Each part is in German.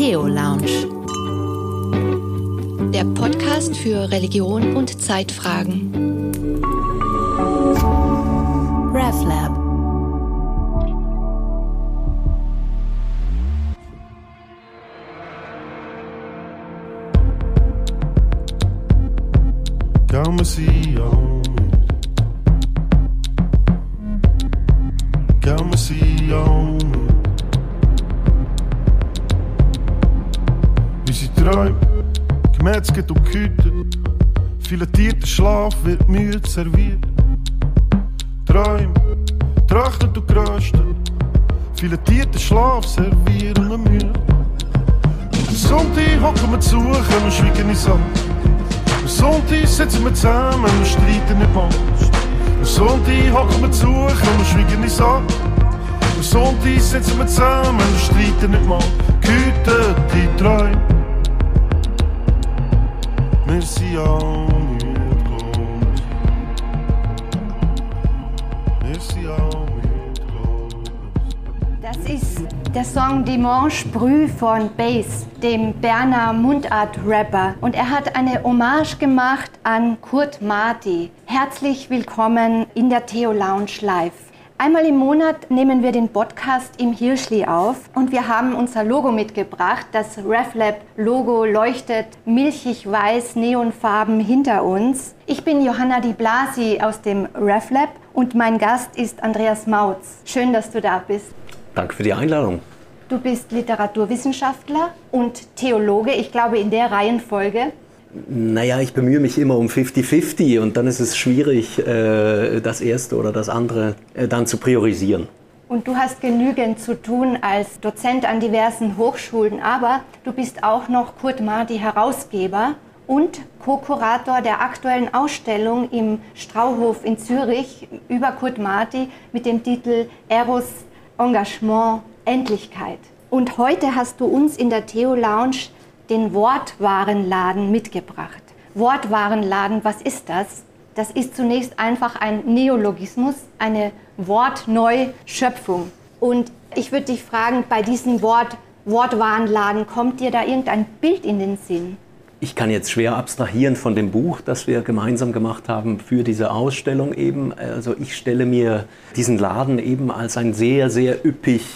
Theo Lounge. Der Podcast für Religion und Zeitfragen. RevLab. Come see on it. Come see on it. Unsere Träume, gemetzelt und gehütet. Filetierter Schlaf wird müde serviert. Träume, trocknet und geröstet. Filetierter Schlaf servieren wir müde. Am Sonntag hocken wir zu und schweigen uns an. Am Sonntag sitzen wir zusammen und streiten nicht mal. Am Sonntag hocken wir zu und schweigen uns an. Am Sonntag sitzen wir zusammen und streiten nicht mal. Gehütete Träume. Wir sind alle müde, glaub ich. Wir sind alle müde, glaub ich. Das ist der Song Dimanche Brü von Bass, dem Berner Mundart-Rapper. Und er hat eine Hommage gemacht an Kurt Marti. Herzlich willkommen in der Theo Lounge Live. Einmal im Monat nehmen wir den Podcast im Hirschli auf und wir haben unser Logo mitgebracht. Das RevLab-Logo leuchtet milchig-weiß, neonfarben hinter uns. Ich bin Johanna Di Blasi aus dem RevLab und mein Gast ist Andreas Mautz. Schön, dass du da bist. Danke für die Einladung. Du bist Literaturwissenschaftler und Theologe, ich glaube in der Reihenfolge. Naja, ich bemühe mich immer um 50-50 und dann ist es schwierig, das erste oder das andere dann zu priorisieren. Und du hast genügend zu tun als Dozent an diversen Hochschulen, aber du bist auch noch Kurt Marti Herausgeber und Co-Kurator der aktuellen Ausstellung im Strauhof in Zürich über Kurt Marti mit dem Titel Eros, Engagement, Endlichkeit. Und heute hast du uns in der Theo Lounge den Wortwarenladen mitgebracht. Wortwarenladen, was ist das? Das ist zunächst einfach ein Neologismus, eine Wortneuschöpfung. Und ich würde dich fragen, bei diesem Wort Wortwarenladen, kommt dir da irgendein Bild in den Sinn? Ich kann jetzt schwer abstrahieren von dem Buch, das wir gemeinsam gemacht haben für diese Ausstellung eben. Also ich stelle mir diesen Laden eben als ein sehr, sehr üppig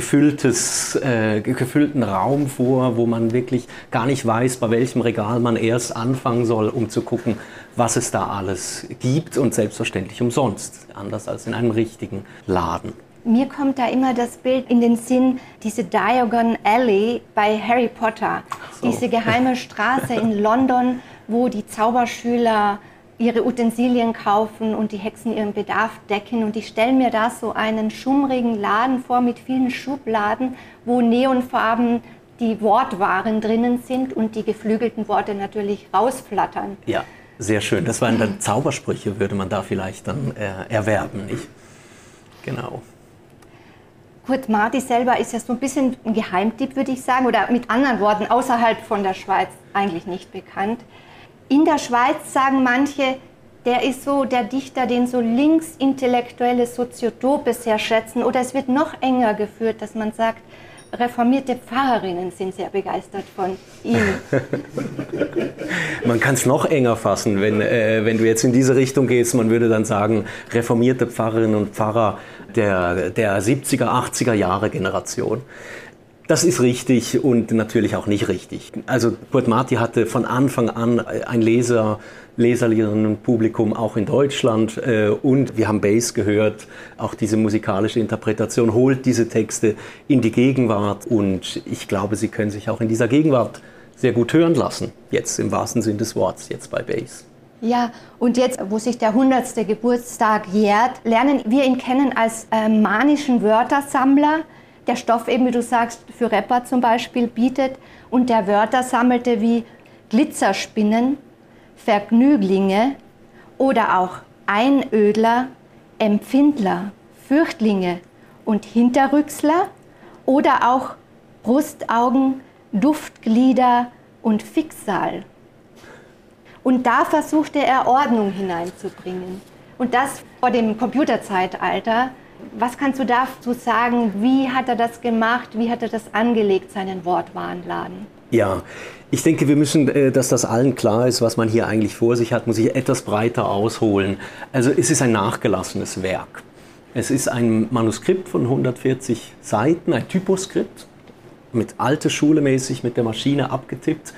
gefüllten Raum vor, wo man wirklich gar nicht weiß, bei welchem Regal man erst anfangen soll, um zu gucken, was es da alles gibt und selbstverständlich umsonst, anders als in einem richtigen Laden. Mir kommt da immer das Bild in den Sinn, diese Diagon Alley bei Harry Potter, so. Diese geheime Straße in London, wo die Zauberschüler ihre Utensilien kaufen und die Hexen ihren Bedarf decken. Und ich stelle mir da so einen schummrigen Laden vor mit vielen Schubladen, wo neonfarben die Wortwaren drinnen sind und die geflügelten Worte natürlich rausflattern. Ja, sehr schön. Das waren dann Zaubersprüche, würde man da vielleicht dann erwerben, nicht? Genau. Kurt Marti selber ist ja so ein bisschen ein Geheimtipp, würde ich sagen, oder mit anderen Worten außerhalb von der Schweiz eigentlich nicht bekannt. In der Schweiz sagen manche, der ist so der Dichter, den so linksintellektuelle Soziotope sehr schätzen. Oder es wird noch enger geführt, dass man sagt, reformierte Pfarrerinnen sind sehr begeistert von ihm. Man kann es noch enger fassen, wenn du jetzt in diese Richtung gehst. Man würde dann sagen, reformierte Pfarrerinnen und Pfarrer der 70er, 80er Jahre Generation. Das ist richtig und natürlich auch nicht richtig. Also Kurt Marti hatte von Anfang an ein Leserinnenpublikum auch in Deutschland und wir haben Bass gehört, auch diese musikalische Interpretation holt diese Texte in die Gegenwart und ich glaube, sie können sich auch in dieser Gegenwart sehr gut hören lassen, jetzt im wahrsten Sinn des Wortes, jetzt bei Bass. Ja, und jetzt, wo sich der 100. Geburtstag jährt, lernen wir ihn kennen als manischen Wörtersammler, der Stoff eben, wie du sagst, für Rapper zum Beispiel bietet und der Wörter sammelte wie Glitzerspinnen, Vergnüglinge oder auch Einödler, Empfindler, Fürchtlinge und Hinterrücksler oder auch Brustaugen, Duftglieder und Fixal. Und da versuchte er Ordnung hineinzubringen. Und das vor dem Computerzeitalter Was kannst du dazu sagen? Wie hat er das gemacht? Wie hat er das angelegt, seinen Wortwarenladen? Ja, ich denke, wir müssen, dass das allen klar ist, was man hier eigentlich vor sich hat, muss ich etwas breiter ausholen. Also es ist ein nachgelassenes Werk. Es ist ein Manuskript von 140 Seiten, ein Typoskript, mit alte Schule mäßig mit der Maschine abgetippt,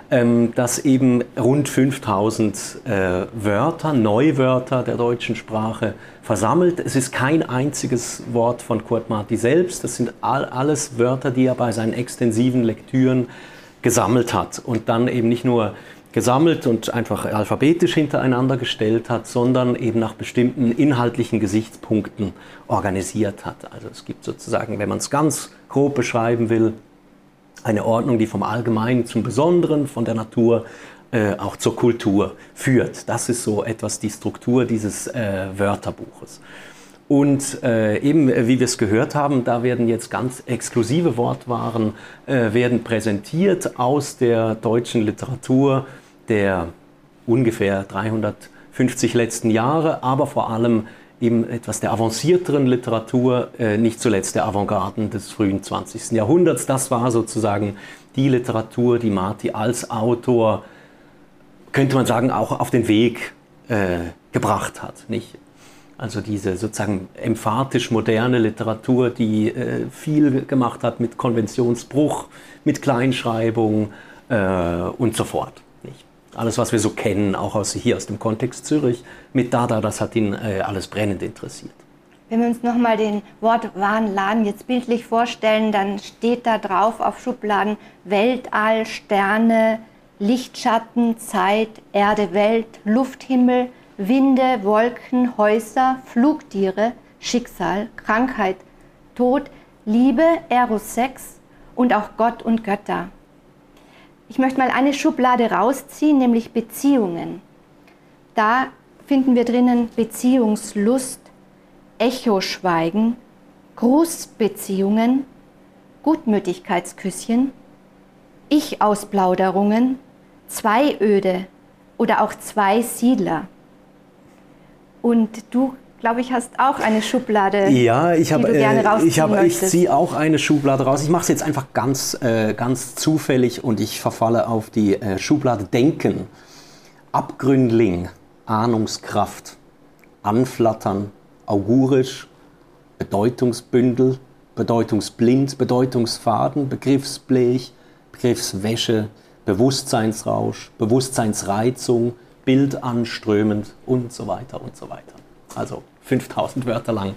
das eben rund 5000 Wörter, Neuwörter der deutschen Sprache versammelt. Es ist kein einziges Wort von Kurt Marti selbst, das sind alles Wörter, die er bei seinen extensiven Lektüren gesammelt hat und dann eben nicht nur gesammelt und einfach alphabetisch hintereinander gestellt hat, sondern eben nach bestimmten inhaltlichen Gesichtspunkten organisiert hat. Also es gibt sozusagen, wenn man es ganz grob beschreiben will, eine Ordnung, die vom Allgemeinen zum Besonderen, von der Natur auch zur Kultur führt. Das ist so etwas die Struktur dieses Wörterbuches. Und eben, wie wir es gehört haben, da werden jetzt ganz exklusive Wortwaren werden präsentiert aus der deutschen Literatur der ungefähr 350 letzten Jahre, aber vor allem eben etwas der avancierteren Literatur, nicht zuletzt der Avantgarden des frühen 20. Jahrhunderts. Das war sozusagen die Literatur, die Marti als Autor, könnte man sagen, auch auf den Weg gebracht hat, nicht? Also diese sozusagen emphatisch moderne Literatur, die viel gemacht hat mit Konventionsbruch, mit Kleinschreibung und so fort. Nicht? Alles, was wir so kennen, auch hier aus dem Kontext Zürich, mit Dada, das hat ihn alles brennend interessiert. Wenn wir uns nochmal den Wortwarenladen jetzt bildlich vorstellen, dann steht da drauf auf Schubladen Weltall, Sterne, Lichtschatten, Zeit, Erde, Welt, Luft, Himmel, Winde, Wolken, Häuser, Flugtiere, Schicksal, Krankheit, Tod, Liebe, Eros, Sex und auch Gott und Götter. Ich möchte mal eine Schublade rausziehen, nämlich Beziehungen. Da finden wir drinnen Beziehungslust, Echoschweigen, Grußbeziehungen, Gutmütigkeitsküsschen, Ich-Ausplauderungen, Zweiöde oder auch Zweisiedler. Und du, glaube ich, hast auch eine Schublade, ja, die du gerne rausziehen möchtest. Ich ziehe auch eine Schublade raus. Ich mache es jetzt einfach ganz zufällig und ich verfalle auf die Schublade Denken. Abgründling, Ahnungskraft, Anflattern, augurisch, Bedeutungsbündel, bedeutungsblind, bedeutungsfaden, Begriffsblech, Begriffswäsche, Bewusstseinsrausch, Bewusstseinsreizung, bildanströmend und so weiter und so weiter. Also 5000 Wörter lang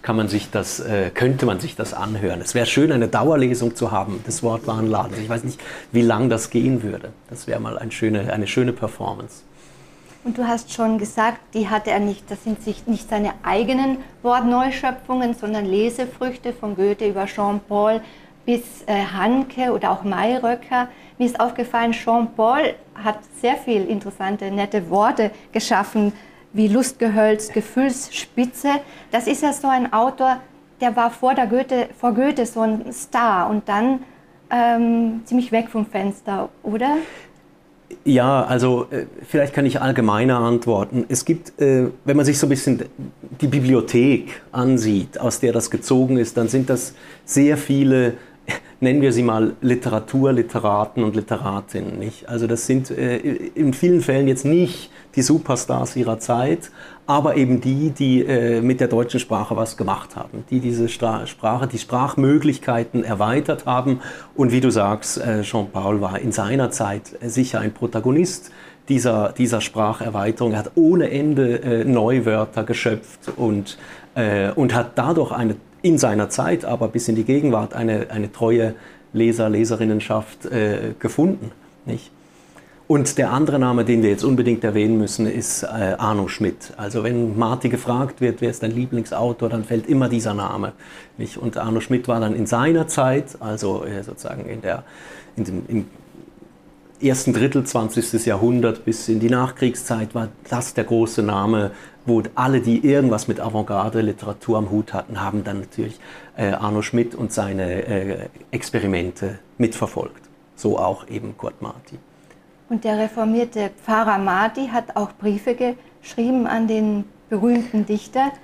könnte man sich das anhören. Es wäre schön, eine Dauerlesung zu haben des Wortwarenladens. Ich weiß nicht, wie lang das gehen würde. Das wäre mal eine schöne Performance. Und du hast schon gesagt, die hatte er nicht, das sind nicht seine eigenen Wortneuschöpfungen, sondern Lesefrüchte von Goethe über Jean-Paul bis Hanke oder auch Mayröcker. Mir ist aufgefallen, Jean-Paul hat sehr viel interessante, nette Worte geschaffen, wie Lustgehölz, Gefühlsspitze. Das ist ja so ein Autor, der war vor Goethe so ein Star und dann ziemlich weg vom Fenster, oder? Ja, also vielleicht kann ich allgemeiner antworten. Es gibt, wenn man sich so ein bisschen die Bibliothek ansieht, aus der das gezogen ist, dann sind das sehr viele, nennen wir sie mal Literaten und Literatinnen, nicht? Also das sind in vielen Fällen jetzt nicht die Superstars ihrer Zeit, aber eben die mit der deutschen Sprache was gemacht haben, die diese Sprache, die Sprachmöglichkeiten erweitert haben. Und wie du sagst, Jean-Paul war in seiner Zeit sicher ein Protagonist dieser Spracherweiterung. Er hat ohne Ende Neuwörter geschöpft und hat dadurch in seiner Zeit, aber bis in die Gegenwart, eine treue Leserinnenschaft gefunden, nicht? Und der andere Name, den wir jetzt unbedingt erwähnen müssen, ist Arno Schmidt. Also wenn Marti gefragt wird, wer ist dein Lieblingsautor, dann fällt immer dieser Name, nicht? Und Arno Schmidt war dann in seiner Zeit, also sozusagen im ersten Drittel 20. Jahrhundert bis in die Nachkriegszeit, war das der große Name, wo alle, die irgendwas mit Avantgarde-Literatur am Hut hatten, haben dann natürlich Arno Schmidt und seine Experimente mitverfolgt. So auch eben Kurt Marti. Und der reformierte Pfarrer Marti hat auch Briefe geschrieben an den berühmten Dichter.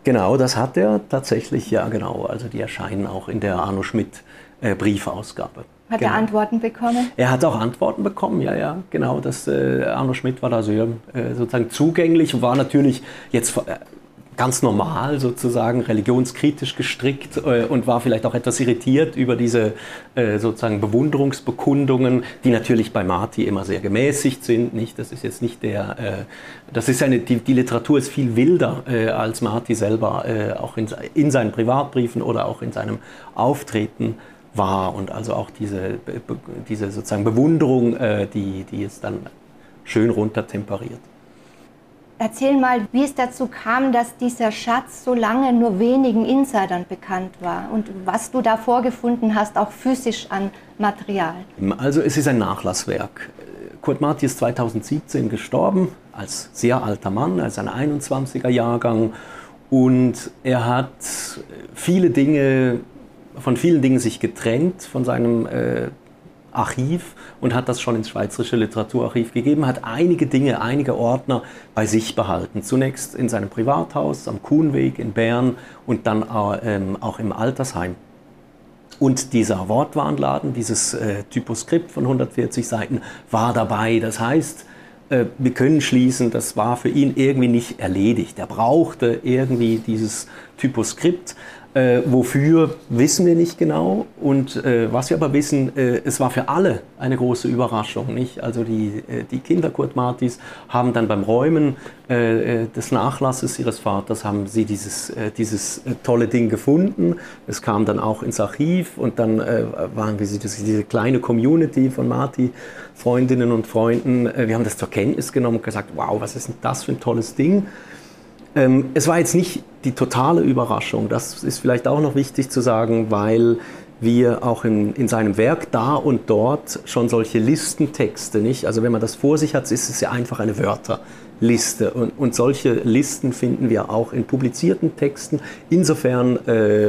Genau, das hat er tatsächlich, ja genau. Also die erscheinen auch in der Arno Schmidt Briefausgabe. Hat er Antworten bekommen? Er hat auch Antworten bekommen, ja, genau. Arno Schmidt war da sehr sozusagen zugänglich und war natürlich jetzt ganz normal sozusagen religionskritisch gestrickt und war vielleicht auch etwas irritiert über diese sozusagen Bewunderungsbekundungen, die natürlich bei Marti immer sehr gemäßigt sind. Nicht? Das ist jetzt nicht die Literatur ist viel wilder als Marti selber auch in seinen Privatbriefen oder auch in seinem Auftreten war, und also auch diese sozusagen Bewunderung, die es dann schön runtertemperiert. Erzähl mal, wie es dazu kam, dass dieser Schatz so lange nur wenigen Insidern bekannt war und was du da vorgefunden hast, auch physisch an Material. Also es ist ein Nachlasswerk. Kurt Marti ist 2017 gestorben, als sehr alter Mann, als ein 21er Jahrgang, und er hat von vielen Dingen sich getrennt von seinem Archiv und hat das schon ins Schweizerische Literaturarchiv gegeben, hat einige Ordner bei sich behalten. Zunächst in seinem Privathaus am Kuhnweg in Bern und dann auch im Altersheim. Und dieser Wortwarenladen, dieses Typoskript von 140 Seiten war dabei. Das heißt, wir können schließen, das war für ihn irgendwie nicht erledigt. Er brauchte irgendwie dieses Typoskript. Wofür, wissen wir nicht genau. Und was wir aber wissen, es war für alle eine große Überraschung. Nicht? Also die Kinder Kurt Martis haben dann beim Räumen des Nachlasses ihres Vaters haben sie dieses tolle Ding gefunden. Es kam dann auch ins Archiv und dann waren wir diese kleine Community von Marti-Freundinnen und Freunden. Wir haben das zur Kenntnis genommen und gesagt, wow, was ist denn das für ein tolles Ding? Es war jetzt nicht die totale Überraschung, das ist vielleicht auch noch wichtig zu sagen, weil wir auch in seinem Werk da und dort schon solche Listentexte, nicht? Also wenn man das vor sich hat, ist es ja einfach eine Wörterliste, und solche Listen finden wir auch in publizierten Texten. Insofern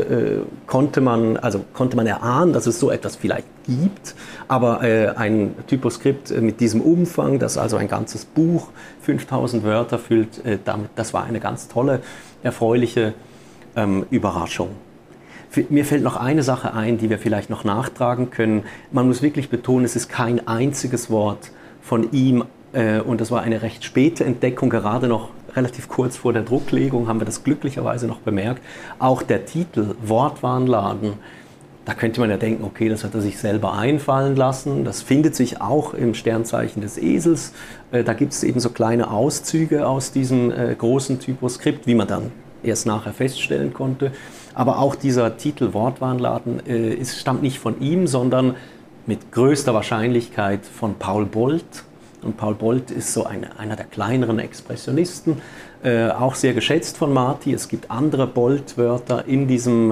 konnte man erahnen, dass es so etwas vielleicht gibt, aber ein Typoskript mit diesem Umfang, das also ein ganzes Buch, 5000 Wörter füllt, das war eine ganz tolle, erfreuliche Überraschung. Mir fällt noch eine Sache ein, die wir vielleicht noch nachtragen können. Man muss wirklich betonen, es ist kein einziges Wort von ihm, und das war eine recht späte Entdeckung, gerade noch relativ kurz vor der Drucklegung haben wir das glücklicherweise noch bemerkt. Auch der Titel Wortwarenladen, da könnte man ja denken, okay, das hat er sich selber einfallen lassen. Das findet sich auch im Sternzeichen des Esels. Da gibt es eben so kleine Auszüge aus diesem großen Typoskript, wie man dann erst nachher feststellen konnte. Aber auch dieser Titel Wortwarenladen stammt nicht von ihm, sondern mit größter Wahrscheinlichkeit von Paul Bolt. Und Paul Bolt ist so einer der kleineren Expressionisten, auch sehr geschätzt von Marti. Es gibt andere Bolt-Wörter in diesem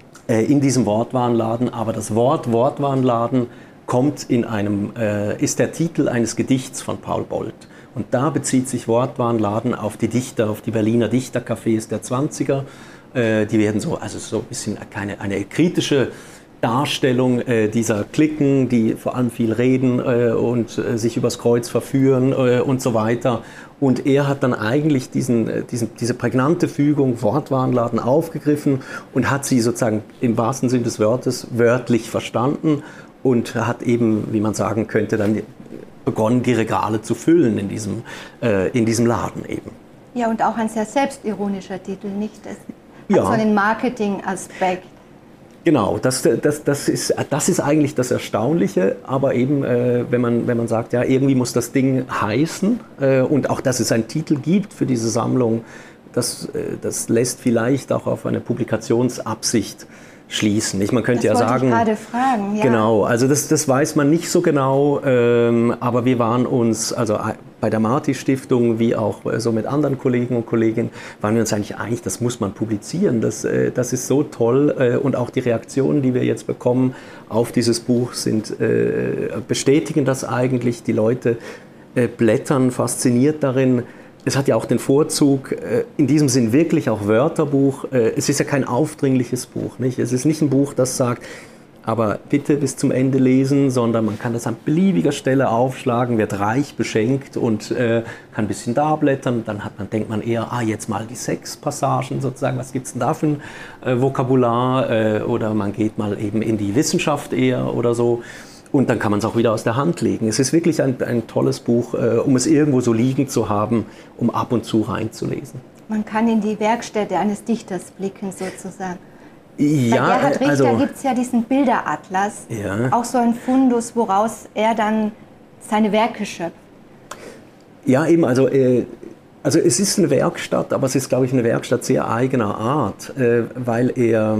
Wortwarenladen, aber das Wort Wortwarenladen ist der Titel eines Gedichts von Paul Bolt. Und da bezieht sich Wortwarenladen auf die Dichter, auf die Berliner Dichtercafés der 20er. Die werden so ein bisschen eine kritische Darstellung dieser Cliquen, die vor allem viel reden und sich übers Kreuz verführen und so weiter. Und er hat dann eigentlich diese prägnante Fügung Wortwarenladen aufgegriffen und hat sie sozusagen im wahrsten Sinn des Wortes wörtlich verstanden und hat eben, wie man sagen könnte, dann begonnen, die Regale zu füllen in diesem Laden eben. Ja, und auch ein sehr selbstironischer Titel, nicht? Das ja. Hat so einen Marketing-Aspekt. Genau, das ist eigentlich das Erstaunliche, aber eben, wenn man sagt, ja, irgendwie muss das Ding heißen und auch, dass es einen Titel gibt für diese Sammlung, das lässt vielleicht auch auf eine Publikationsabsicht schließen. Man könnte ja sagen, ich gerade fragen, ja. Genau, also das weiß man nicht so genau, aber wir waren uns, also bei der Marti-Stiftung wie auch so mit anderen Kollegen und Kolleginnen, waren wir uns eigentlich einig, das muss man publizieren, das ist so toll, und auch die Reaktionen, die wir jetzt bekommen auf dieses Buch bestätigen das eigentlich, die Leute blättern fasziniert darin. Es hat ja auch den Vorzug, in diesem Sinn wirklich auch Wörterbuch. Es ist ja kein aufdringliches Buch, nicht? Es ist nicht ein Buch, das sagt, aber bitte bis zum Ende lesen, sondern man kann das an beliebiger Stelle aufschlagen, wird reich beschenkt und kann ein bisschen da blättern. Dann denkt man eher, jetzt mal die Sexpassagen sozusagen, was gibt es denn da für ein Vokabular? Oder man geht mal eben in die Wissenschaft eher oder so. Und dann kann man es auch wieder aus der Hand legen. Es ist wirklich ein tolles Buch, um es irgendwo so liegen zu haben, um ab und zu reinzulesen. Man kann in die Werkstätte eines Dichters blicken sozusagen. Ja, bei Gerhard Richter gibt es ja diesen Bilderatlas, auch so ein Fundus, woraus er dann seine Werke schöpft. Ja, eben, also es ist eine Werkstatt, aber es ist, glaube ich, eine Werkstatt sehr eigener Art, weil er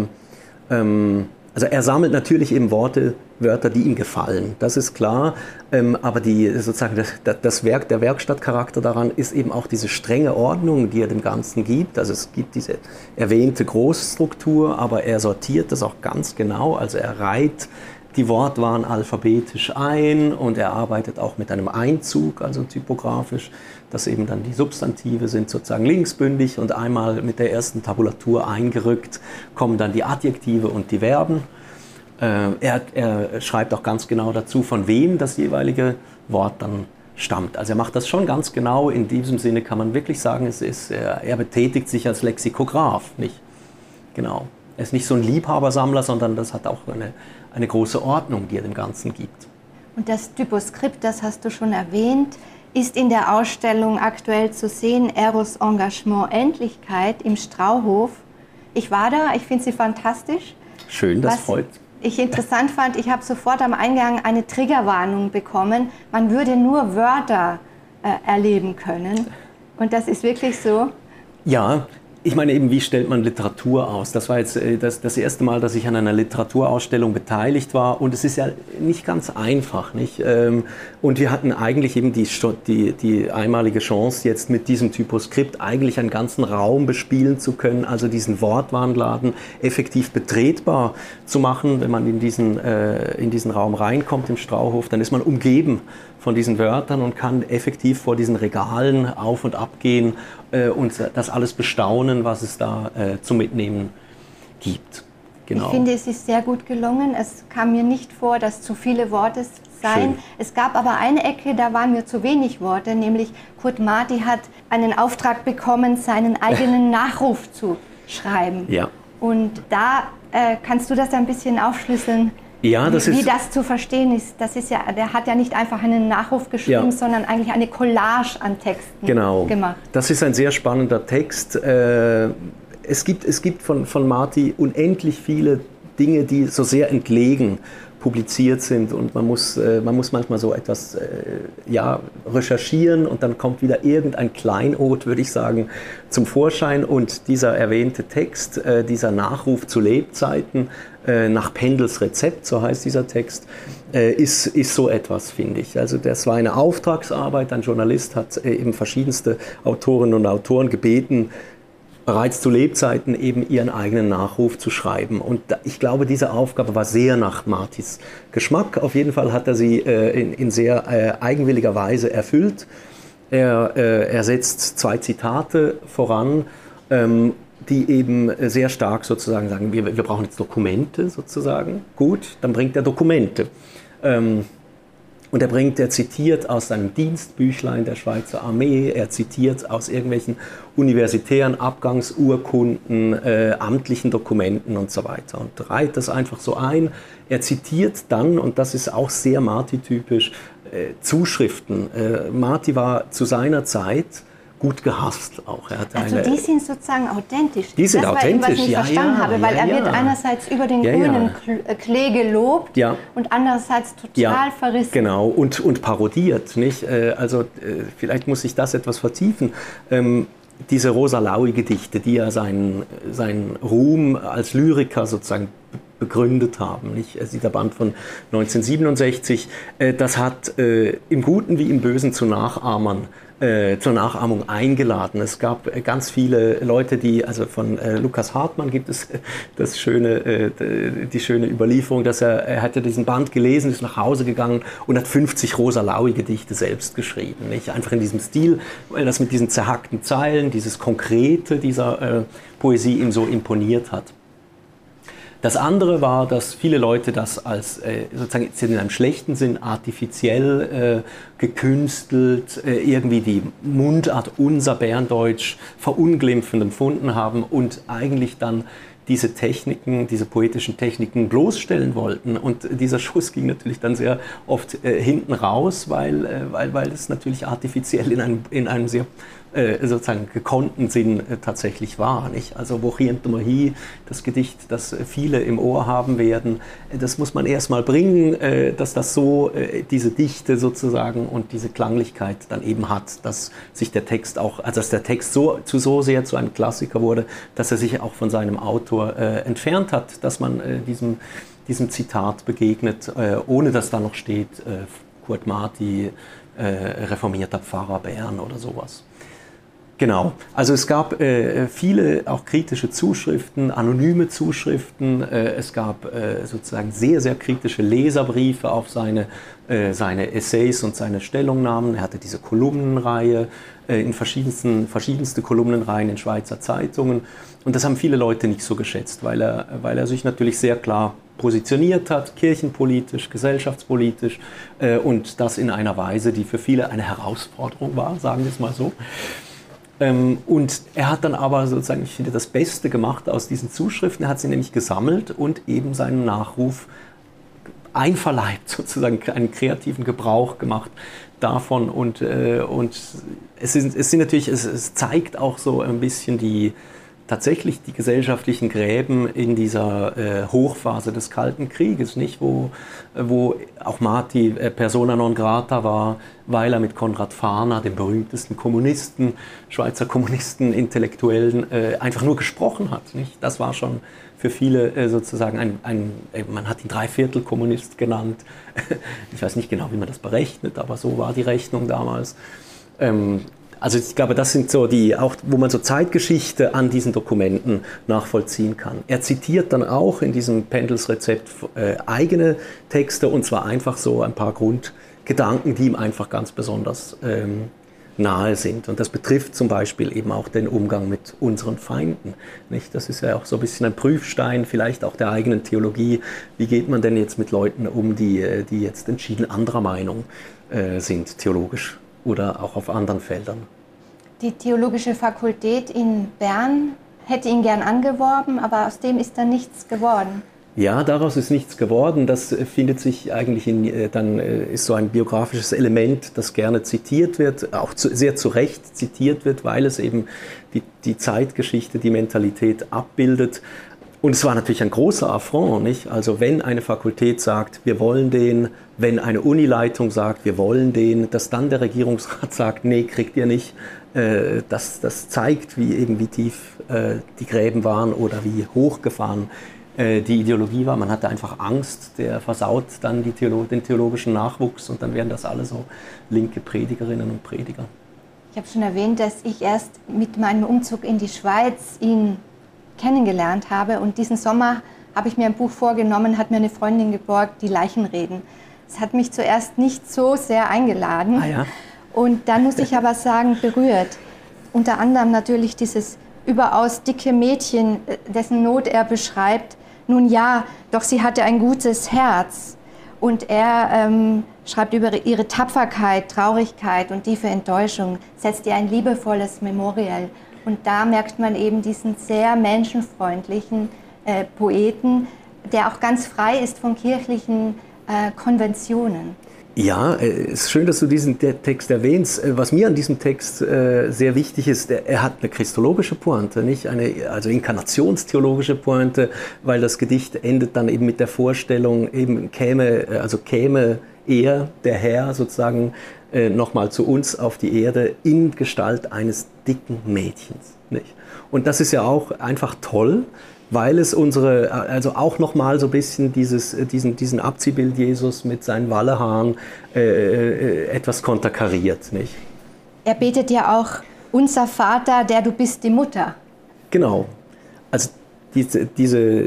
sammelt natürlich eben Wörter, die ihm gefallen, das ist klar, aber sozusagen der Werkstattcharakter daran ist eben auch diese strenge Ordnung, die er dem Ganzen gibt. Also es gibt diese erwähnte Großstruktur, aber er sortiert das auch ganz genau, also er reiht die Wortwahl alphabetisch ein und er arbeitet auch mit einem Einzug, also typografisch, dass eben dann die Substantive sind sozusagen linksbündig und einmal mit der ersten Tabulatur eingerückt kommen dann die Adjektive und die Verben. Er schreibt auch ganz genau dazu, von wem das jeweilige Wort dann stammt. Also er macht das schon ganz genau. In diesem Sinne kann man wirklich sagen, er betätigt sich als Lexikograph, nicht? Genau. Er ist nicht so ein Liebhabersammler, sondern das hat auch eine große Ordnung, die er dem Ganzen gibt. Und das Typoskript, das hast du schon erwähnt, ist in der Ausstellung aktuell zu sehen, Eros Engagement Endlichkeit im Strauhof. Ich war da, ich finde sie fantastisch. Schön, das freut. Ich interessant fand, ich habe sofort am Eingang eine Triggerwarnung bekommen. Man würde nur Wörter erleben können. Und das ist wirklich so? Ja, ich meine eben, wie stellt man Literatur aus? Das war jetzt das erste Mal, dass ich an einer Literaturausstellung beteiligt war. Und es ist ja nicht ganz einfach, nicht? Und wir hatten eigentlich eben die einmalige Chance, jetzt mit diesem Typoskript eigentlich einen ganzen Raum bespielen zu können, also diesen Wortwarenladen effektiv betretbar zu machen. Wenn man in diesen Raum reinkommt im Strauhof, dann ist man umgeben von diesen Wörtern und kann effektiv vor diesen Regalen auf und ab gehen und das alles bestaunen, was es da zum Mitnehmen gibt. Genau. Ich finde, es ist sehr gut gelungen. Es kam mir nicht vor, dass zu viele Worte seien. Schön. Es gab aber eine Ecke, da waren mir zu wenig Worte, nämlich Kurt Marti hat einen Auftrag bekommen, seinen eigenen Nachruf zu schreiben. Ja. Und da kannst du das ein bisschen aufschlüsseln? Ja, wie das zu verstehen ist, der hat ja nicht einfach einen Nachruf geschrieben, sondern eigentlich eine Collage an Texten gemacht. Das ist ein sehr spannender Text. Es gibt von Marti unendlich viele Dinge, die so sehr entlegen publiziert sind und man muss manchmal so etwas recherchieren und dann kommt wieder irgendein Kleinod, würde ich sagen, zum Vorschein und dieser erwähnte Text, dieser Nachruf zu Lebzeiten nach Pendels Rezept, so heißt dieser Text, ist so etwas, finde ich. Also das war eine Auftragsarbeit, ein Journalist hat eben verschiedenste Autorinnen und Autoren gebeten, bereits zu Lebzeiten eben ihren eigenen Nachruf zu schreiben. Und ich glaube, diese Aufgabe war sehr nach Martis Geschmack. Auf jeden Fall hat er sie in sehr eigenwilliger Weise erfüllt. Er setzt 2 Zitate voran, die eben sehr stark sozusagen sagen, wir brauchen jetzt Dokumente sozusagen. Gut, dann bringt er Dokumente. Und er zitiert aus seinem Dienstbüchlein der Schweizer Armee, er zitiert aus irgendwelchen universitären Abgangsurkunden, amtlichen Dokumenten und so weiter und reiht das einfach so ein. Er zitiert dann, und das ist auch sehr Marti-typisch, Zuschriften. Marti war zu seiner Zeit gut gehasst auch. Die sind sozusagen authentisch. Die sind authentisch, was ich nicht verstanden habe, weil er wird einerseits über den grünen Klee gelobt und andererseits total verrissen. Genau, und parodiert, nicht? Also vielleicht muss ich das etwas vertiefen. Diese Rosa-Laui-Gedichte, die ja seinen Ruhm als Lyriker sozusagen begründet haben, nicht? Dieser Band von 1967, das hat im Guten wie im Bösen zur Nachahmung eingeladen. Es gab ganz viele Leute, also von Lukas Hartmann gibt es die schöne Überlieferung, dass er hatte diesen Band gelesen, ist nach Hause gegangen und hat 50 Rosa-Laui-Gedichte selbst geschrieben. Nicht? Einfach in diesem Stil, weil das mit diesen zerhackten Zeilen, dieses Konkrete dieser Poesie ihm so imponiert hat. Das andere war, dass viele Leute das als sozusagen in einem schlechten Sinn artifiziell gekünstelt, irgendwie die Mundart unser Berndeutsch verunglimpfend empfunden haben und eigentlich dann diese Techniken, diese poetischen Techniken bloßstellen wollten. Und dieser Schuss ging natürlich dann sehr oft hinten raus, weil es natürlich artifiziell in einem sehr sozusagen gekonnten Sinn tatsächlich war. Nicht? Also wo Hi, das Gedicht, das viele im Ohr haben werden, das muss man erst mal bringen, dass das so diese Dichte sozusagen und diese Klanglichkeit dann eben hat, dass sich der Text auch, also dass der Text so sehr zu einem Klassiker wurde, dass er sich auch von seinem Autor entfernt hat, dass man diesem Zitat begegnet, ohne dass da noch steht Kurt Marti, reformierter Pfarrer Bern oder sowas. Genau, also es gab viele auch kritische Zuschriften, anonyme Zuschriften, es gab sozusagen sehr, sehr kritische Leserbriefe auf seine Essays und seine Stellungnahmen. Er hatte diese Kolumnenreihe, in verschiedenste Kolumnenreihen in Schweizer Zeitungen und das haben viele Leute nicht so geschätzt, weil er sich natürlich sehr klar positioniert hat, kirchenpolitisch, gesellschaftspolitisch und das in einer Weise, die für viele eine Herausforderung war, sagen wir es mal so. Und er hat dann aber sozusagen, ich finde, das Beste gemacht aus diesen Zuschriften. Er hat sie nämlich gesammelt und eben seinen Nachruf einverleibt, sozusagen einen kreativen Gebrauch gemacht davon. Und es zeigt auch so ein bisschen tatsächlich die gesellschaftlichen Gräben in dieser Hochphase des Kalten Krieges, nicht? Wo auch Marti persona non grata war, weil er mit Konrad Fahner, dem berühmtesten Kommunisten, Schweizer Kommunisten, Intellektuellen, einfach nur gesprochen hat. Nicht? Das war schon für viele sozusagen man hat ihn Dreiviertel-Kommunist genannt. Ich weiß nicht genau, wie man das berechnet, aber so war die Rechnung damals. Also ich glaube, das sind so auch wo man so Zeitgeschichte an diesen Dokumenten nachvollziehen kann. Er zitiert dann auch in diesem Pendels-Rezept eigene Texte und zwar einfach so ein paar Grundgedanken, die ihm einfach ganz besonders nahe sind. Und das betrifft zum Beispiel eben auch den Umgang mit unseren Feinden. Nicht? Das ist ja auch so ein bisschen ein Prüfstein, vielleicht auch der eigenen Theologie. Wie geht man denn jetzt mit Leuten um, die jetzt entschieden anderer Meinung sind, theologisch oder auch auf anderen Feldern? Die Theologische Fakultät in Bern hätte ihn gern angeworben, aber aus dem ist dann nichts geworden. Ja, daraus ist nichts geworden. Das findet sich eigentlich dann ist so ein biografisches Element, das gerne zitiert wird, auch sehr zu Recht zitiert wird, weil es eben die Zeitgeschichte, die Mentalität abbildet. Und es war natürlich ein großer Affront, nicht? Also wenn eine Fakultät sagt, wir wollen den, wenn eine Unileitung sagt, wir wollen den, dass dann der Regierungsrat sagt, nee, kriegt ihr nicht, das zeigt, wie tief die Gräben waren oder wie hochgefahren die Ideologie war. Man hatte einfach Angst, der versaut dann den theologischen Nachwuchs und dann wären das alle so linke Predigerinnen und Prediger. Ich habe schon erwähnt, dass ich erst mit meinem Umzug in die Schweiz ihn kennengelernt habe und diesen Sommer habe ich mir ein Buch vorgenommen, hat mir eine Freundin geborgt, die Leichenreden. Es hat mich zuerst nicht so sehr eingeladen und dann muss ich aber sagen, berührt. Unter anderem natürlich dieses überaus dicke Mädchen, dessen Not er beschreibt. Nun ja, doch sie hatte ein gutes Herz. Und er schreibt über ihre Tapferkeit, Traurigkeit und tiefe Enttäuschung, setzt ihr ein liebevolles Memorial. Und da merkt man eben diesen sehr menschenfreundlichen Poeten, der auch ganz frei ist von kirchlichen Konventionen. Ja, es ist schön, dass du diesen Text erwähnst. Was mir an diesem Text sehr wichtig ist, er hat eine christologische Pointe, nicht also inkarnationstheologische Pointe, weil das Gedicht endet dann eben mit der Vorstellung, eben käme er, der Herr, sozusagen nochmal zu uns auf die Erde in Gestalt eines dicken Mädchens. Nicht? Und das ist ja auch einfach toll, weil es also auch nochmal so ein bisschen diesen Abziehbild Jesus mit seinen Wallehaaren etwas konterkariert, nicht? Er betet ja auch, unser Vater, der du bist die Mutter. Genau. Also diese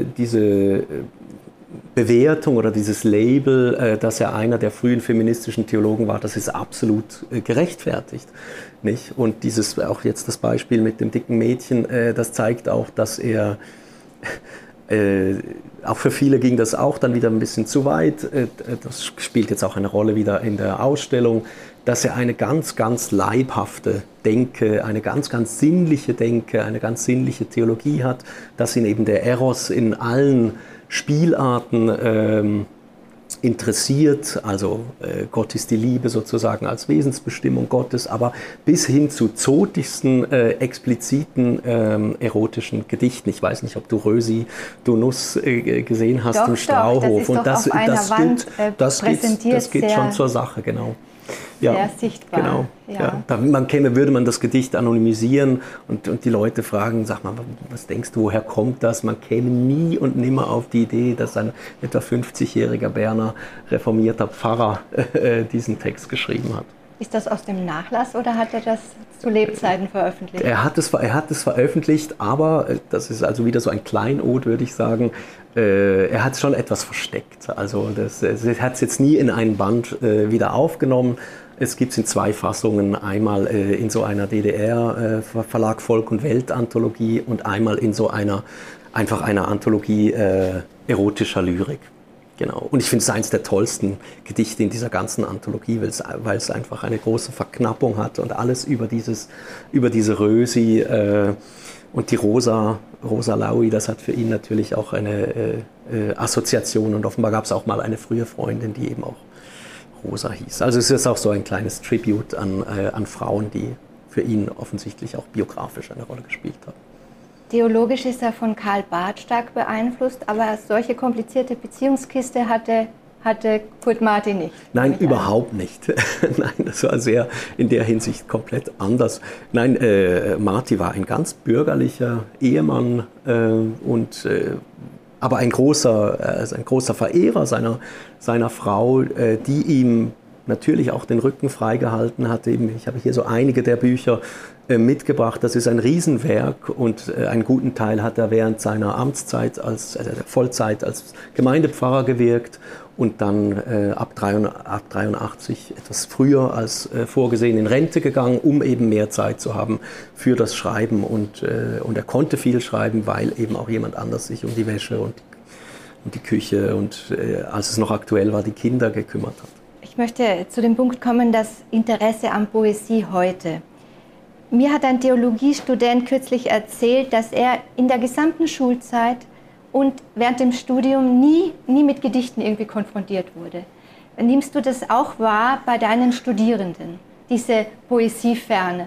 Bewertung oder dieses Label, dass er einer der frühen feministischen Theologen war, das ist absolut gerechtfertigt, nicht? Und auch jetzt das Beispiel mit dem dicken Mädchen, das zeigt auch, dass er Auch für viele ging das auch dann wieder ein bisschen zu weit. Das spielt jetzt auch eine Rolle wieder in der Ausstellung, dass er eine ganz, ganz leibhafte Denke, eine ganz, ganz sinnliche Denke, eine ganz sinnliche Theologie hat, dass ihn eben der Eros in allen Spielarten interessiert, also Gott ist die Liebe sozusagen als Wesensbestimmung Gottes, aber bis hin zu zotigsten, expliziten erotischen Gedichten. Ich weiß nicht, ob du Rösi Donuss gesehen hast im Strauhof. Und das geht schon zur Sache, genau. Ja, sehr sichtbar. Genau. Ja. Ja. Würde man das Gedicht anonymisieren und die Leute fragen, sag mal, was denkst du, woher kommt das? Man käme nie und nimmer auf die Idee, dass ein etwa 50-jähriger Berner reformierter Pfarrer diesen Text geschrieben hat. Ist das aus dem Nachlass oder hat er das zu Lebzeiten veröffentlicht? Er hat es veröffentlicht, aber das ist also wieder so ein Kleinod, würde ich sagen. Er hat es schon etwas versteckt. Also er hat es jetzt nie in einen Band wieder aufgenommen. Es gibt es in 2 Fassungen, einmal in so einer DDR-Verlag Volk und Welt Anthologie und einmal in so einer Anthologie erotischer Lyrik. Genau. Und ich finde es eines der tollsten Gedichte in dieser ganzen Anthologie, weil es einfach eine große Verknappung hat und alles über diese Rösi und die Rosa Laui, das hat für ihn natürlich auch eine Assoziation und offenbar gab es auch mal eine frühe Freundin, die eben auch Rosa hieß. Also es ist auch so ein kleines Tribute an Frauen, die für ihn offensichtlich auch biografisch eine Rolle gespielt haben. Theologisch ist er von Karl Barth stark beeinflusst, aber solche komplizierte Beziehungskiste hatte Kurt Marti nicht. Nein, überhaupt nicht. Nein, das war sehr in der Hinsicht komplett anders. Nein, Marti war ein ganz bürgerlicher Ehemann aber ein großer Verehrer seiner Frau, die ihm natürlich auch den Rücken freigehalten hat. Ich habe hier so einige der Bücher mitgebracht. Das ist ein Riesenwerk und einen guten Teil hat er während seiner Amtszeit, Vollzeit als Gemeindepfarrer gewirkt und dann ab 83 etwas früher als vorgesehen in Rente gegangen, um eben mehr Zeit zu haben für das Schreiben und er konnte viel schreiben, weil eben auch jemand anders sich um die Wäsche und die Küche und als es noch aktuell war, die Kinder gekümmert hat. Ich möchte zu dem Punkt kommen, das Interesse an Poesie heute. Mir hat ein Theologiestudent kürzlich erzählt, dass er in der gesamten Schulzeit und während dem Studium nie mit Gedichten irgendwie konfrontiert wurde. Nimmst du das auch wahr bei deinen Studierenden, diese Poesieferne?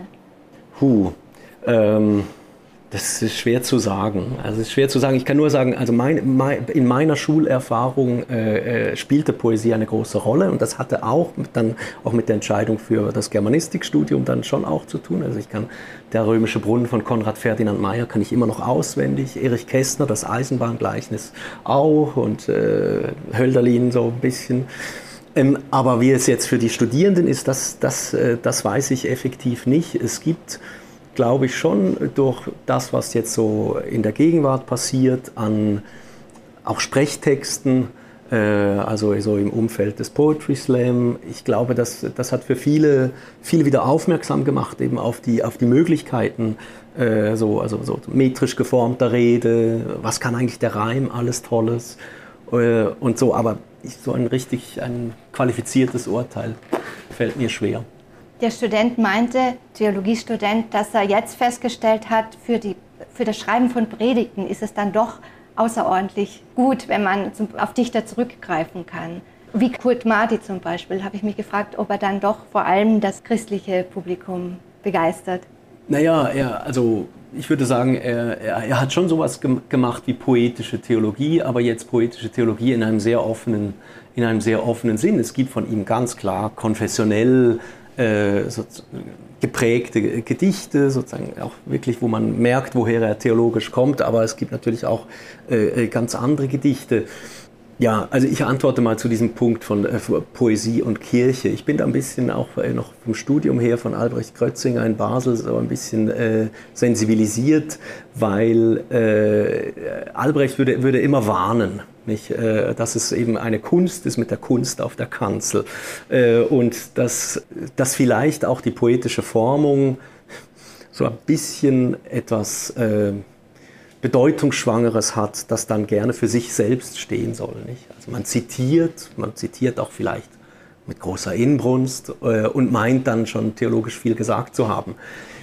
Das ist schwer zu sagen. Ich kann nur sagen, also in meiner Schulerfahrung spielte Poesie eine große Rolle und das hatte auch mit der Entscheidung für das Germanistikstudium dann schon auch zu tun. Also ich kann der Römische Brunnen von Konrad Ferdinand Meyer kann ich immer noch auswendig, Erich Kästner, das Eisenbahngleichnis auch und Hölderlin so ein bisschen. Aber wie es jetzt für die Studierenden ist, das weiß ich effektiv nicht. Es gibt, glaube ich, schon durch das, was jetzt so in der Gegenwart passiert, an auch Sprechtexten, also so im Umfeld des Poetry Slam. Ich glaube, das hat für viele wieder aufmerksam gemacht, eben auf die Möglichkeiten, so metrisch geformter Rede, was kann eigentlich der Reim, alles Tolles und so, aber so ein qualifiziertes Urteil fällt mir schwer. Der Student meinte, Theologiestudent, dass er jetzt festgestellt hat, für das Schreiben von Predigten ist es dann doch außerordentlich gut, wenn man auf Dichter zurückgreifen kann. Wie Kurt Marti zum Beispiel, habe ich mich gefragt, ob er dann doch vor allem das christliche Publikum begeistert. Naja, ich würde sagen, er hat schon sowas gemacht wie poetische Theologie, aber jetzt poetische Theologie in einem sehr offenen Sinn. Es gibt von ihm ganz klar konfessionell geprägte Gedichte, sozusagen auch wirklich, wo man merkt, woher er theologisch kommt, aber es gibt natürlich auch ganz andere Gedichte. Ja, also ich antworte mal zu diesem Punkt von Poesie und Kirche. Ich bin da ein bisschen auch noch vom Studium her von Albrecht Krötzinger in Basel so ein bisschen sensibilisiert, weil Albrecht würde immer warnen, nicht, dass es eben eine Kunst ist mit der Kunst auf der Kanzel und dass vielleicht auch die poetische Formung so ein bisschen etwas Bedeutungsschwangeres hat, das dann gerne für sich selbst stehen soll. Nicht? Also man zitiert auch vielleicht mit großer Inbrunst und meint dann schon theologisch viel gesagt zu haben.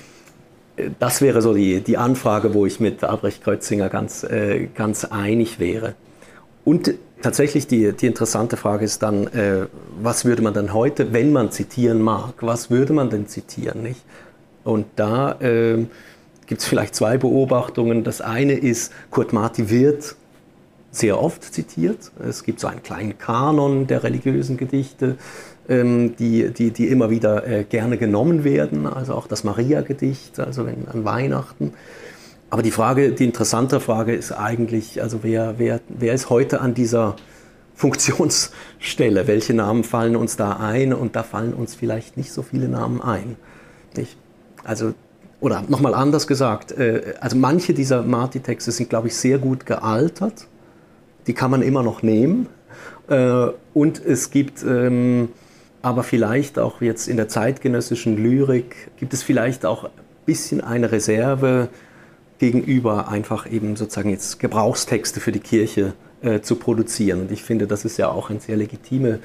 Das wäre so die Anfrage, wo ich mit Albrecht Krötzinger ganz einig wäre. Und tatsächlich die interessante Frage ist dann, was würde man dann heute, wenn man zitieren mag, was würde man denn zitieren? Nicht? Und da gibt es vielleicht zwei Beobachtungen. Das eine ist, Kurt Marti wird sehr oft zitiert. Es gibt so einen kleinen Kanon der religiösen Gedichte, die immer wieder gerne genommen werden. Also auch das Maria-Gedicht, also an Weihnachten. Aber die interessante Frage ist eigentlich, also wer ist heute an dieser Funktionsstelle? Welche Namen fallen uns da ein? Und da fallen uns vielleicht nicht so viele Namen ein. Nicht? Also, oder nochmal anders gesagt, also manche dieser Marti-Texte sind, glaube ich, sehr gut gealtert. Die kann man immer noch nehmen. Und es gibt aber vielleicht auch jetzt in der zeitgenössischen Lyrik, gibt es vielleicht auch ein bisschen eine Reserve gegenüber einfach eben sozusagen jetzt Gebrauchstexte für die Kirche zu produzieren. Und ich finde, das ist ja auch eine legitime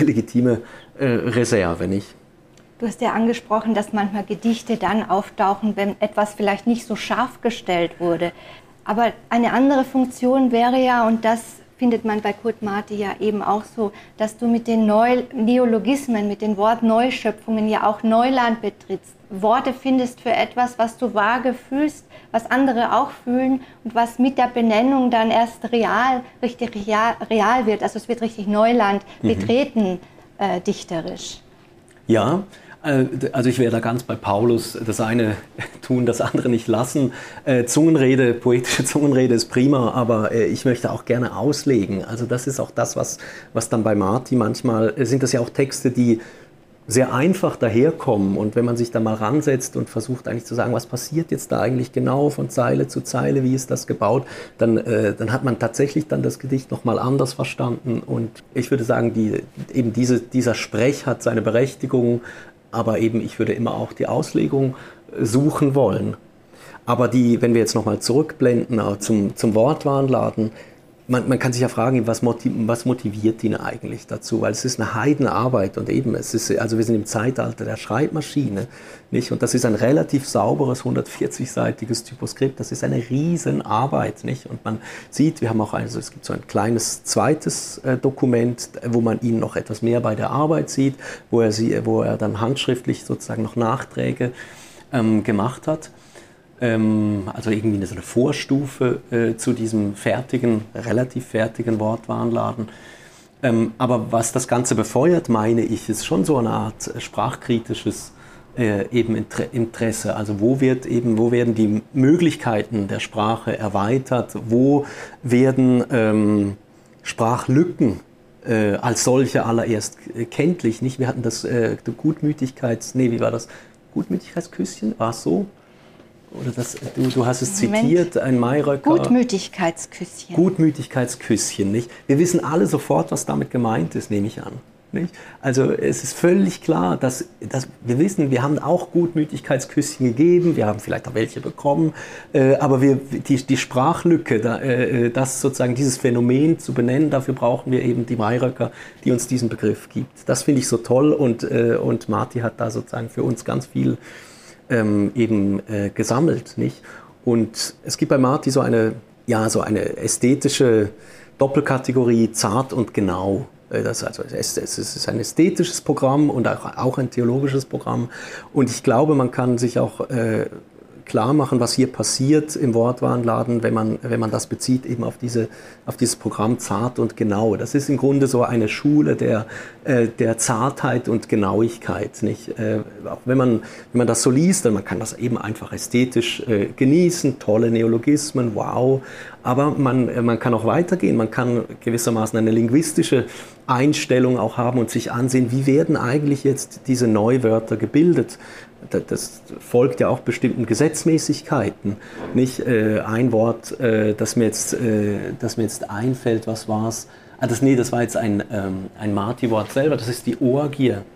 Reserve, nicht? Du hast ja angesprochen, dass manchmal Gedichte dann auftauchen, wenn etwas vielleicht nicht so scharf gestellt wurde. Aber eine andere Funktion wäre ja, und das findet man bei Kurt Marti ja eben auch so, dass du mit den Neologismen, mit den Wortneuschöpfungen ja auch Neuland betrittst. Worte findest für etwas, was du vage fühlst, was andere auch fühlen und was mit der Benennung dann erst richtig real wird. Also es wird richtig Neuland betreten, dichterisch. Ja, also ich wäre da ganz bei Paulus, das eine tun, das andere nicht lassen. Zungenrede, poetische Zungenrede ist prima, aber ich möchte auch gerne auslegen. Also das ist auch das, was dann bei Marti manchmal, sind das ja auch Texte, die sehr einfach daherkommen. Und wenn man sich da mal ransetzt und versucht eigentlich zu sagen, was passiert jetzt da eigentlich genau von Zeile zu Zeile, wie ist das gebaut, dann hat man tatsächlich dann das Gedicht nochmal anders verstanden. Und ich würde sagen, dieser Sprech hat seine Berechtigung, aber eben ich würde immer auch die Auslegung suchen wollen. Aber wenn wir jetzt nochmal zurückblenden zum Wortwarenladen, man kann sich ja fragen, was motiviert ihn eigentlich dazu? Weil es ist eine Heidenarbeit und eben, wir sind im Zeitalter der Schreibmaschine, nicht? Und das ist ein relativ sauberes 140-seitiges Typoskript, das ist eine Riesenarbeit, nicht? Und man sieht, es gibt so ein kleines zweites Dokument, wo man ihn noch etwas mehr bei der Arbeit sieht, wo er dann handschriftlich sozusagen noch Nachträge gemacht hat. Also irgendwie so eine Vorstufe zu diesem relativ fertigen Wortwarenladen. Aber was das Ganze befeuert, meine ich, ist schon so eine Art sprachkritisches Interesse. Also wo werden die Möglichkeiten der Sprache erweitert? Wo werden Sprachlücken als solche allererst kenntlich? Nicht? Wir hatten das Gutmütigkeitsküsschen, war es so? Oder du hast es zitiert, ein Mayröcker. Gutmütigkeitsküsschen. Gutmütigkeitsküsschen, nicht? Wir wissen alle sofort, was damit gemeint ist, nehme ich an. Nicht? Also es ist völlig klar, dass wir wissen, wir haben auch Gutmütigkeitsküsschen gegeben, wir haben vielleicht auch welche bekommen, aber die Sprachlücke, das sozusagen dieses Phänomen zu benennen, dafür brauchen wir eben die Mayröcker, die uns diesen Begriff gibt. Das finde ich so toll und Marti hat da sozusagen für uns ganz viel gesammelt, nicht? Und es gibt bei Marti so eine ästhetische Doppelkategorie zart und genau. Es ist ein ästhetisches Programm und auch ein theologisches Programm. Und ich glaube, man kann sich auch klar machen, was hier passiert im Wortwarenladen, wenn man das bezieht eben auf dieses Programm zart und genau. Das ist im Grunde so eine Schule der Zartheit und Genauigkeit, nicht? Auch wenn man das so liest, dann man kann das eben einfach ästhetisch genießen, tolle Neologismen, wow. Aber man kann auch weitergehen, man kann gewissermaßen eine linguistische Einstellung auch haben und sich ansehen, wie werden eigentlich jetzt diese Neuwörter gebildet. Das folgt ja auch bestimmten Gesetzmäßigkeiten. Nicht ein Wort, das mir jetzt einfällt, was war es? Das war jetzt ein Marti-Wort selber, das ist die Orgie.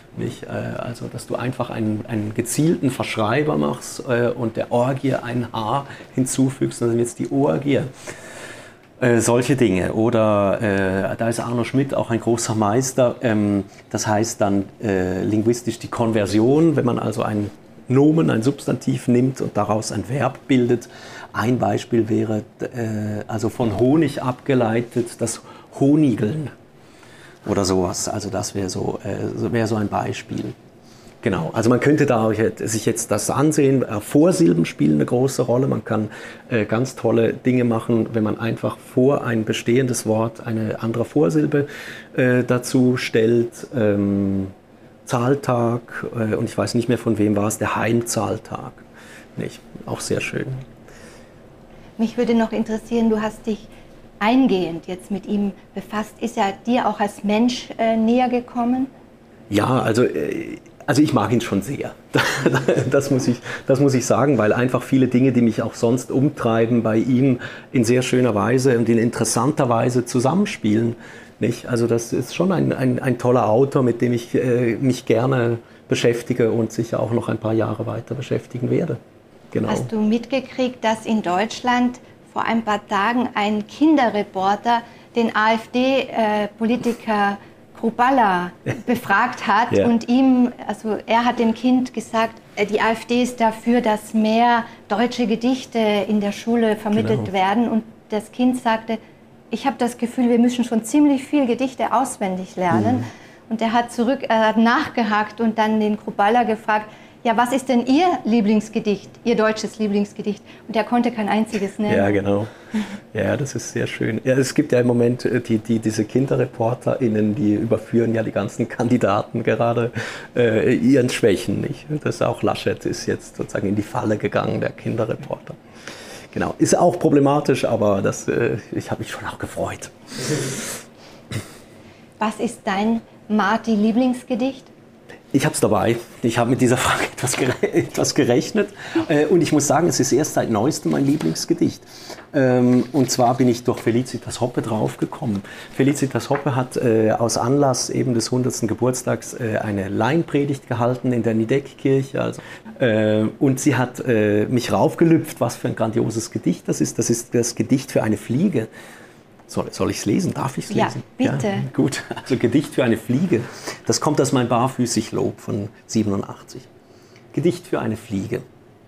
Nicht? Also, dass du einfach einen gezielten Verschreiber machst und der Orgie ein H hinzufügst, dann wird es die Orgie. Solche Dinge. Oder da ist Arno Schmidt auch ein großer Meister. Das heißt dann linguistisch die Konversion, wenn man also ein Nomen, ein Substantiv nimmt und daraus ein Verb bildet. Ein Beispiel wäre also von Honig abgeleitet das Honigeln oder sowas. Also das wäre so ein Beispiel. Genau, also man könnte da sich jetzt das ansehen. Vorsilben spielen eine große Rolle. Man kann ganz tolle Dinge machen, wenn man einfach vor ein bestehendes Wort eine andere Vorsilbe dazu stellt. Zahltag, und ich weiß nicht mehr von wem war es, der Heimzahltag. Nicht? Auch sehr schön. Mich würde noch interessieren, du hast dich eingehend jetzt mit ihm befasst. Ist er dir auch als Mensch näher gekommen? Ja, also ich mag ihn schon sehr. Das muss ich sagen, weil einfach viele Dinge, die mich auch sonst umtreiben, bei ihm in sehr schöner Weise und in interessanter Weise zusammenspielen. Nicht? Also das ist schon ein toller Autor, mit dem ich mich gerne beschäftige und sicher auch noch ein paar Jahre weiter beschäftigen werde. Genau. Hast du mitgekriegt, dass in Deutschland vor ein paar Tagen ein Kinderreporter den AfD-Politiker Krupalla befragt hat und er hat dem Kind gesagt, die AfD ist dafür, dass mehr deutsche Gedichte in der Schule vermittelt werden, und das Kind sagte, ich habe das Gefühl, wir müssen schon ziemlich viel Gedichte auswendig lernen. Und er hat nachgehakt und dann den Krupalla gefragt, ja, was ist denn Ihr Lieblingsgedicht, Ihr deutsches Lieblingsgedicht? Und er konnte kein einziges nennen. Ja, genau. Ja, das ist sehr schön. Ja, es gibt ja im Moment diese KinderreporterInnen, die überführen ja die ganzen Kandidaten gerade ihren Schwächen. Nicht? Das auch Laschet ist jetzt sozusagen in die Falle gegangen, der Kinderreporter. Genau, ist auch problematisch, aber ich habe mich schon auch gefreut. Was ist dein Marti-Lieblingsgedicht? Ich habe es dabei. Ich habe mit dieser Frage etwas gerechnet. Und ich muss sagen, es ist erst seit neuestem mein Lieblingsgedicht. Und zwar bin ich durch Felicitas Hoppe draufgekommen. Felicitas Hoppe hat aus Anlass eben des 100. Geburtstags eine Laienpredigt gehalten in der Nideck-Kirche. Also, und sie hat mich raufgelüpft, was für ein grandioses Gedicht das ist. Das ist das Gedicht für eine Fliege. Soll ich es lesen? Darf ich es lesen? Ja, bitte. Ja, gut, also Gedicht für eine Fliege. Das kommt aus Mein Barfüßig-Lob von 87. Gedicht für eine Fliege.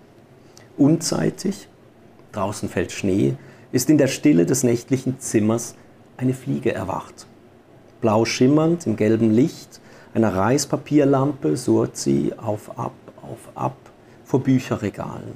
Unzeitig, draußen fällt Schnee, ist in der Stille des nächtlichen Zimmers eine Fliege erwacht. Blau schimmernd im gelben Licht einer Reispapierlampe surrt sie auf, ab vor Bücherregalen.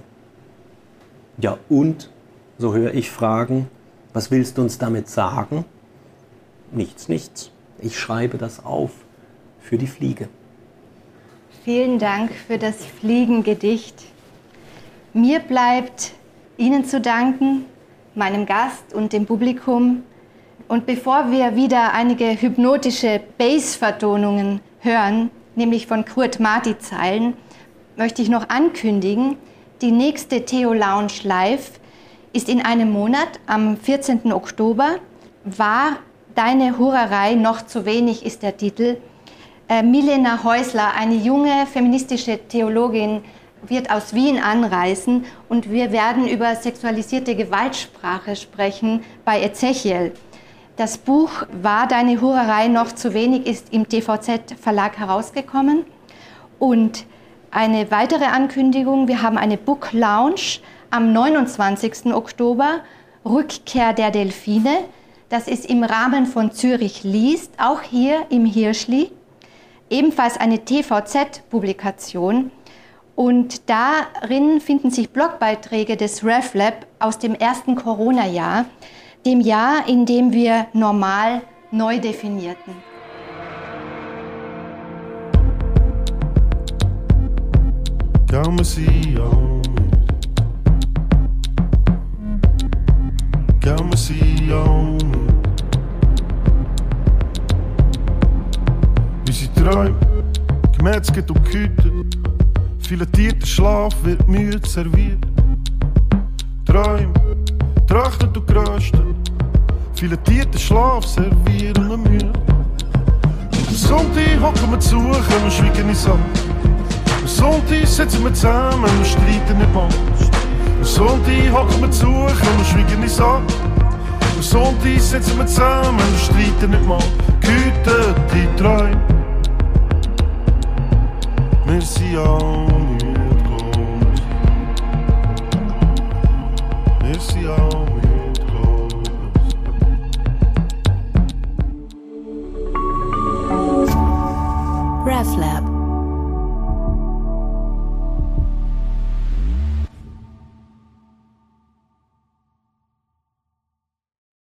Ja und, so höre ich fragen, was willst du uns damit sagen? Nichts, nichts. Ich schreibe das auf für die Fliege. Vielen Dank für das Fliegengedicht. Mir bleibt Ihnen zu danken, meinem Gast und dem Publikum. Und bevor wir wieder einige hypnotische Bass-Vertonungen hören, nämlich von Kurt Marti-Zeilen, möchte ich noch ankündigen, die nächste Theo Lounge Live ist in einem Monat, am 14. Oktober, war deine Hurerei noch zu wenig, ist der Titel. Milena Häusler, eine junge feministische Theologin, wird aus Wien anreisen und wir werden über sexualisierte Gewaltsprache sprechen bei Ezechiel. Das Buch War deine Hurerei noch zu wenig ist im TVZ Verlag herausgekommen. Und eine weitere Ankündigung, wir haben eine Book Lounge am 29. Oktober, Rückkehr der Delfine. Das ist im Rahmen von Zürich liest, auch hier im Hirschli. Ebenfalls eine TVZ-Publikation. Und darin finden sich Blogbeiträge des RefLab aus dem ersten Corona-Jahr, dem Jahr, in dem wir normal neu definierten. Unsere Träume, gemetzelt und gehütet, filetierter Schlaf wird müde serviert. Träume, trachtet und geröstet, filetierter Schlaf servieren wir müde. Sonntag hocken wir suchen und schweigen uns an. Am Sonntag sitzen wir zusammen und streiten nicht mal. Am Sonntag hocken wir zu und schweigen uns an. Am Sonntag sitzen wir zusammen und streiten nicht mal. Gehütete Träume. Wir sind alle nicht groß. Wir sind alle nicht groß. RefLab.